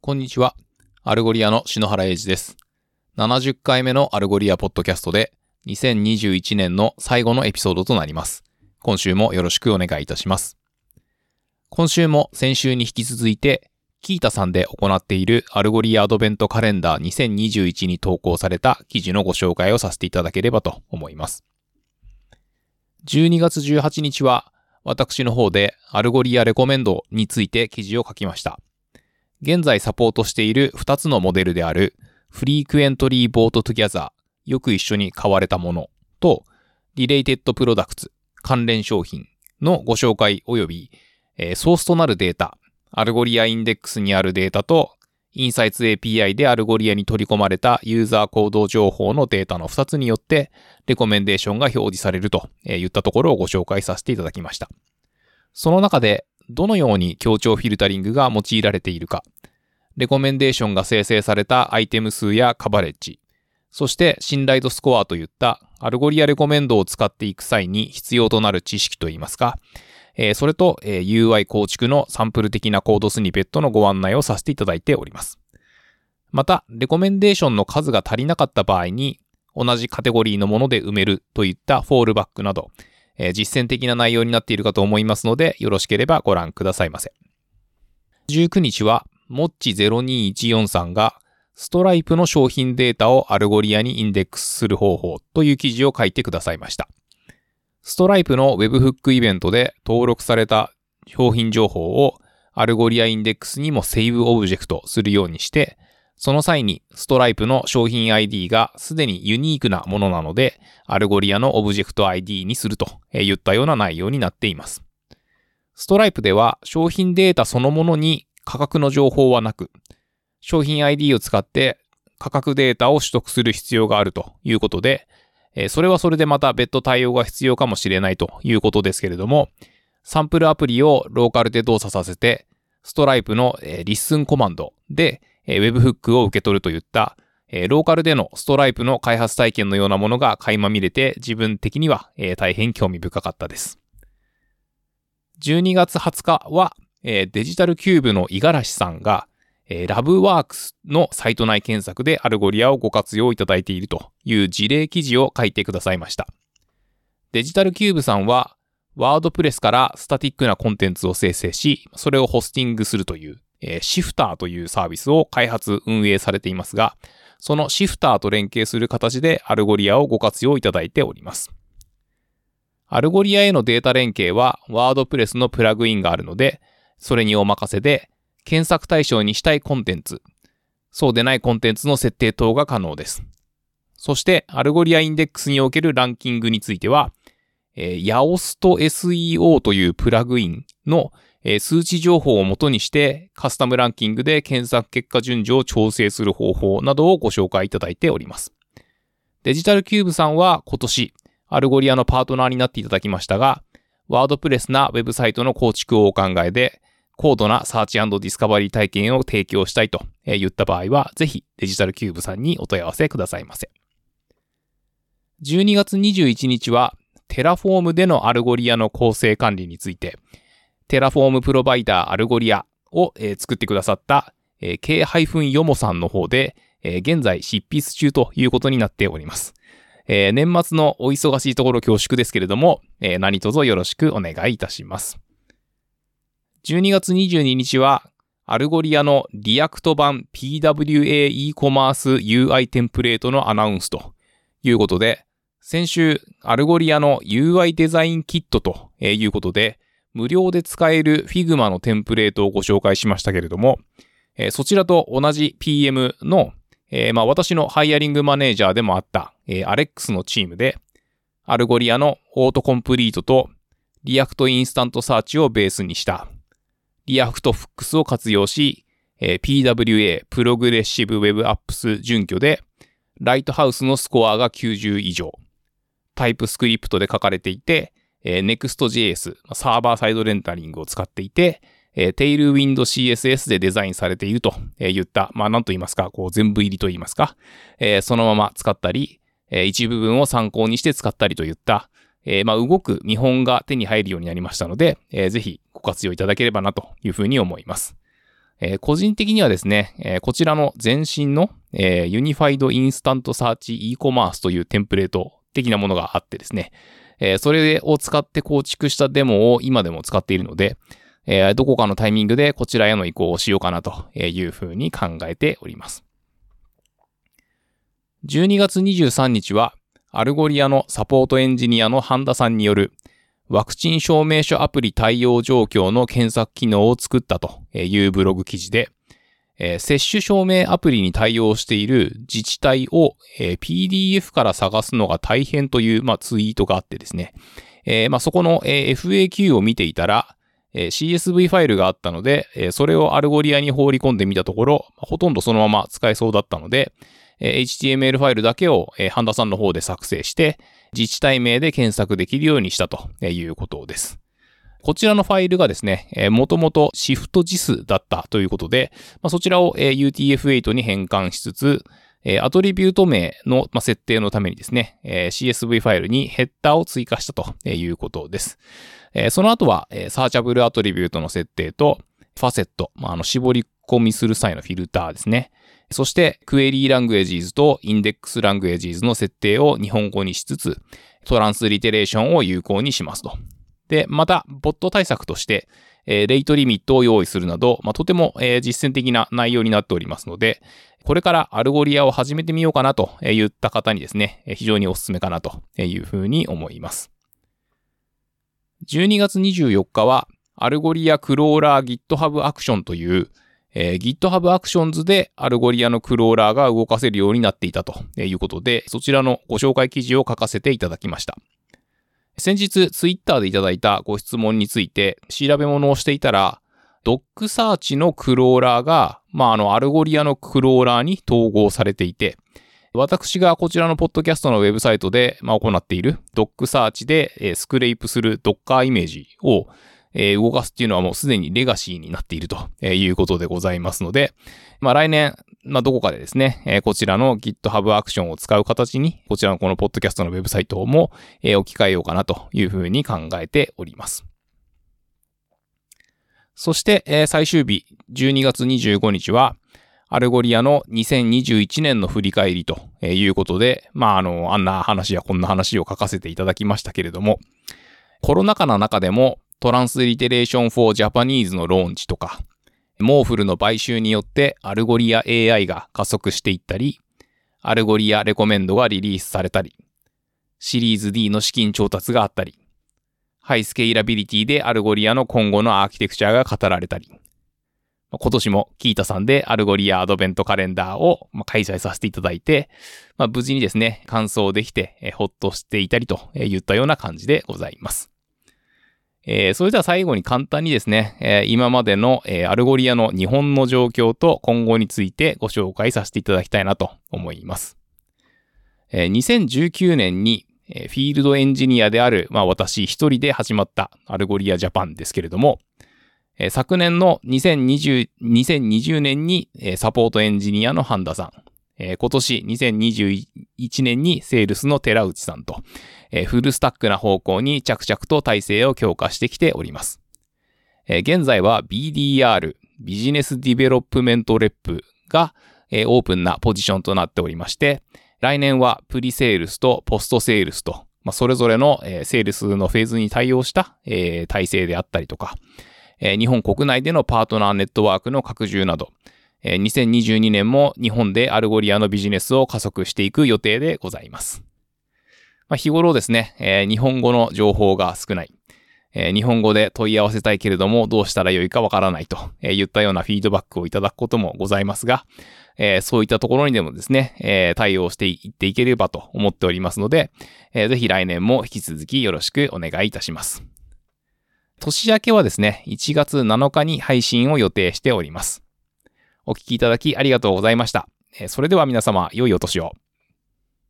こんにちは。アルゴリアの篠原英二です。70回目のアルゴリアポッドキャストで2021年の最後のエピソードとなります。今週もよろしくお願いいたします。今週も先週に引き続いて、キータさんで行っているアルゴリアアドベントカレンダー2021に投稿された記事のご紹介をさせていただければと思います。12月18日は私の方でアルゴリアレコメンドについて記事を書きました。現在サポートしている2つのモデルであるフリークエントリーボートトゥギャザー、よく一緒に買われたものとリレイテッドプロダクツ、関連商品のご紹介及びソースとなるデータ、アルゴリアインデックスにあるデータとインサイツ API でアルゴリアに取り込まれたユーザー行動情報のデータの2つによってレコメンデーションが表示されるといったところをご紹介させていただきました。その中でどのように強調フィルタリングが用いられているか、レコメンデーションが生成されたアイテム数やカバレッジ、そして信頼度スコアといったアルゴリアレコメンドを使っていく際に必要となる知識といいますか、それと UI 構築のサンプル的なコードスニペットのご案内をさせていただいております。また、レコメンデーションの数が足りなかった場合に、同じカテゴリーのもので埋めるといったフォールバックなど、実践的な内容になっているかと思いますので、よろしければご覧くださいませ。19日は、モッチ02143さんが、ストライプの商品データをアルゴリアにインデックスする方法という記事を書いてくださいました。ストライプの Webhook イベントで登録された商品情報をアルゴリアインデックスにもセーブオブジェクトするようにして、その際にストライプの商品 ID がすでにユニークなものなので、アルゴリアのオブジェクト ID にするといったような内容になっています。ストライプでは商品データそのものに価格の情報はなく、商品 ID を使って価格データを取得する必要があるということで、それはそれでまた別途対応が必要かもしれないということですけれども、サンプルアプリをローカルで動作させて、ストライプのリッスンコマンドでWebhook を受け取るといったローカルでのストライプの開発体験のようなものが垣間見れて自分的には大変興味深かったです。12月20日はデジタルキューブの五十嵐さんがラブワークスのサイト内検索でアルゴリアをご活用いただいているという事例記事を書いてくださいました。デジタルキューブさんはワードプレスからスタティックなコンテンツを生成し、それをホスティングするというシフターというサービスを開発運営されていますが、そのシフターと連携する形でアルゴリアをご活用いただいております。アルゴリアへのデータ連携はワードプレスのプラグインがあるので、それにお任せで検索対象にしたいコンテンツ、そうでないコンテンツの設定等が可能です。そしてアルゴリアインデックスにおけるランキングについては、Yoast SEO というプラグインの数値情報を元にしてカスタムランキングで検索結果順序を調整する方法などをご紹介いただいております。デジタルキューブさんは今年アルゴリアのパートナーになっていただきましたが、ワードプレスなウェブサイトの構築をお考えで、高度なサーチ&ディスカバリー体験を提供したいと言った場合は、ぜひデジタルキューブさんにお問い合わせくださいませ。12月21日はテラフォームでのアルゴリアの構成管理について、テラフォームプロバイダーアルゴリアを作ってくださった K-YOMO さんの方で現在執筆中ということになっております。年末のお忙しいところ恐縮ですけれども、何卒よろしくお願いいたします。12月22日はアルゴリアのリアクト版 PWA e コマース UI テンプレートのアナウンスということで、先週アルゴリアの UI デザインキットということで、無料で使える Figma のテンプレートをご紹介しましたけれども、そちらと同じ PM の、私のハイアリングマネージャーでもあった、アレックスのチームで、アルゴリアのオートコンプリートとリアクトインスタントサーチをベースにしたリアクトフックスを活用し、PWA プログレッシブウェブアップス準拠で、ライトハウスのスコアが90以上、タイプスクリプトで書かれていて、Next.js、サーバーサイドレンダリングを使っていて、Tailwind CSS でデザインされているといった、何と言いますか、全部入りと言いますか、そのまま使ったり、一部分を参考にして使ったりといった、動く見本が手に入るようになりましたので、ぜひご活用いただければなというふうに思います。 個人的にはですね、こちらの前身の、Unified Instant Search E-Commerce というテンプレート的なものがあってですね、それを使って構築したデモを今でも使っているので、どこかのタイミングでこちらへの移行をしようかなというふうに考えております。12月23日は、アルゴリアのサポートエンジニアの半田さんによるワクチン証明書アプリ対応状況の検索機能を作ったというブログ記事で、接種証明アプリに対応している自治体を PDF から探すのが大変という、ツイートがあってですね、そこの FAQ を見ていたら、CSV ファイルがあったので、それをアルゴリアに放り込んでみたところ、ほとんどそのまま使えそうだったので、HTML ファイルだけを半田さんの方で作成して、自治体名で検索できるようにしたということです。こちらのファイルがですね、もともと ShiftJIS だったということで、そちらを UTF-8 に変換しつつ、アトリビュート名の設定のためにですね、CSV ファイルにヘッダーを追加したということです。その後は、サーチャブルアトリビュートの設定と、ファセット、絞り込みする際のフィルターですね。そして、クエリーラングエージーズとインデックスラングエージーズの設定を日本語にしつつ、トランスリテレーションを有効にしますと。で、また、ボット対策として、レイトリミットを用意するなど、とても、実践的な内容になっておりますので、これからアルゴリアを始めてみようかなといった方にですね、非常におすすめかなというふうに思います。12月24日は、アルゴリアクローラー GitHub アクションという、GitHub Actions でアルゴリアのクローラーが動かせるようになっていたということで、そちらのご紹介記事を書かせていただきました。先日、Twitter でいただいたご質問について調べ物をしていたら、DocSearch のクローラーが、アルゴリアのクローラーに統合されていて、私がこちらのポッドキャストのウェブサイトで、行っている DocSearch でスクレープする Docker イメージを動かすっていうのはもうすでにレガシーになっているということでございますので、来年、どこかでですね、こちらの GitHub アクションを使う形に、こちらのこのポッドキャストのウェブサイトも置き換えようかなというふうに考えております。そして、最終日、12月25日は、アルゴリアの2021年の振り返りということで、あんな話やこんな話を書かせていただきましたけれども、コロナ禍の中でも、トランスリテレーション for Japanese のローンチとか、モーフルの買収によってアルゴリア AI が加速していったり、アルゴリアレコメンドがリリースされたり、シリーズ D の資金調達があったり、ハイスケイラビリティでアルゴリアの今後のアーキテクチャが語られたり、今年もキータさんでアルゴリアアドベントカレンダーを開催させていただいて、無事にですね、完走できてほっとしていたりといったような感じでございます。それでは最後に簡単にですね、今までのアルゴリアの日本の状況と今後についてご紹介させていただきたいなと思います。2019年にフィールドエンジニアである、私一人で始まったアルゴリアジャパンですけれども、昨年の2020年にサポートエンジニアの半田さん、今年2021年にセールスの寺内さんと、フルスタックな方向に着々と体制を強化してきております。現在は BDR、ビジネスディベロップメントレップがオープンなポジションとなっておりまして、来年はプリセールスとポストセールスと、それぞれのセールスのフェーズに対応した体制であったりとか、日本国内でのパートナーネットワークの拡充など、2022年も日本でアルゴリアのビジネスを加速していく予定でございます。日頃ですね、日本語の情報が少ない、日本語で問い合わせたいけれどもどうしたらよいかわからないといったようなフィードバックをいただくこともございますが、そういったところにでもですね、対応していっていければと思っておりますので、ぜひ来年も引き続きよろしくお願いいたします。年明けはですね、1月7日に配信を予定しております。お聞きいただきありがとうございました。それでは皆様、良いお年を。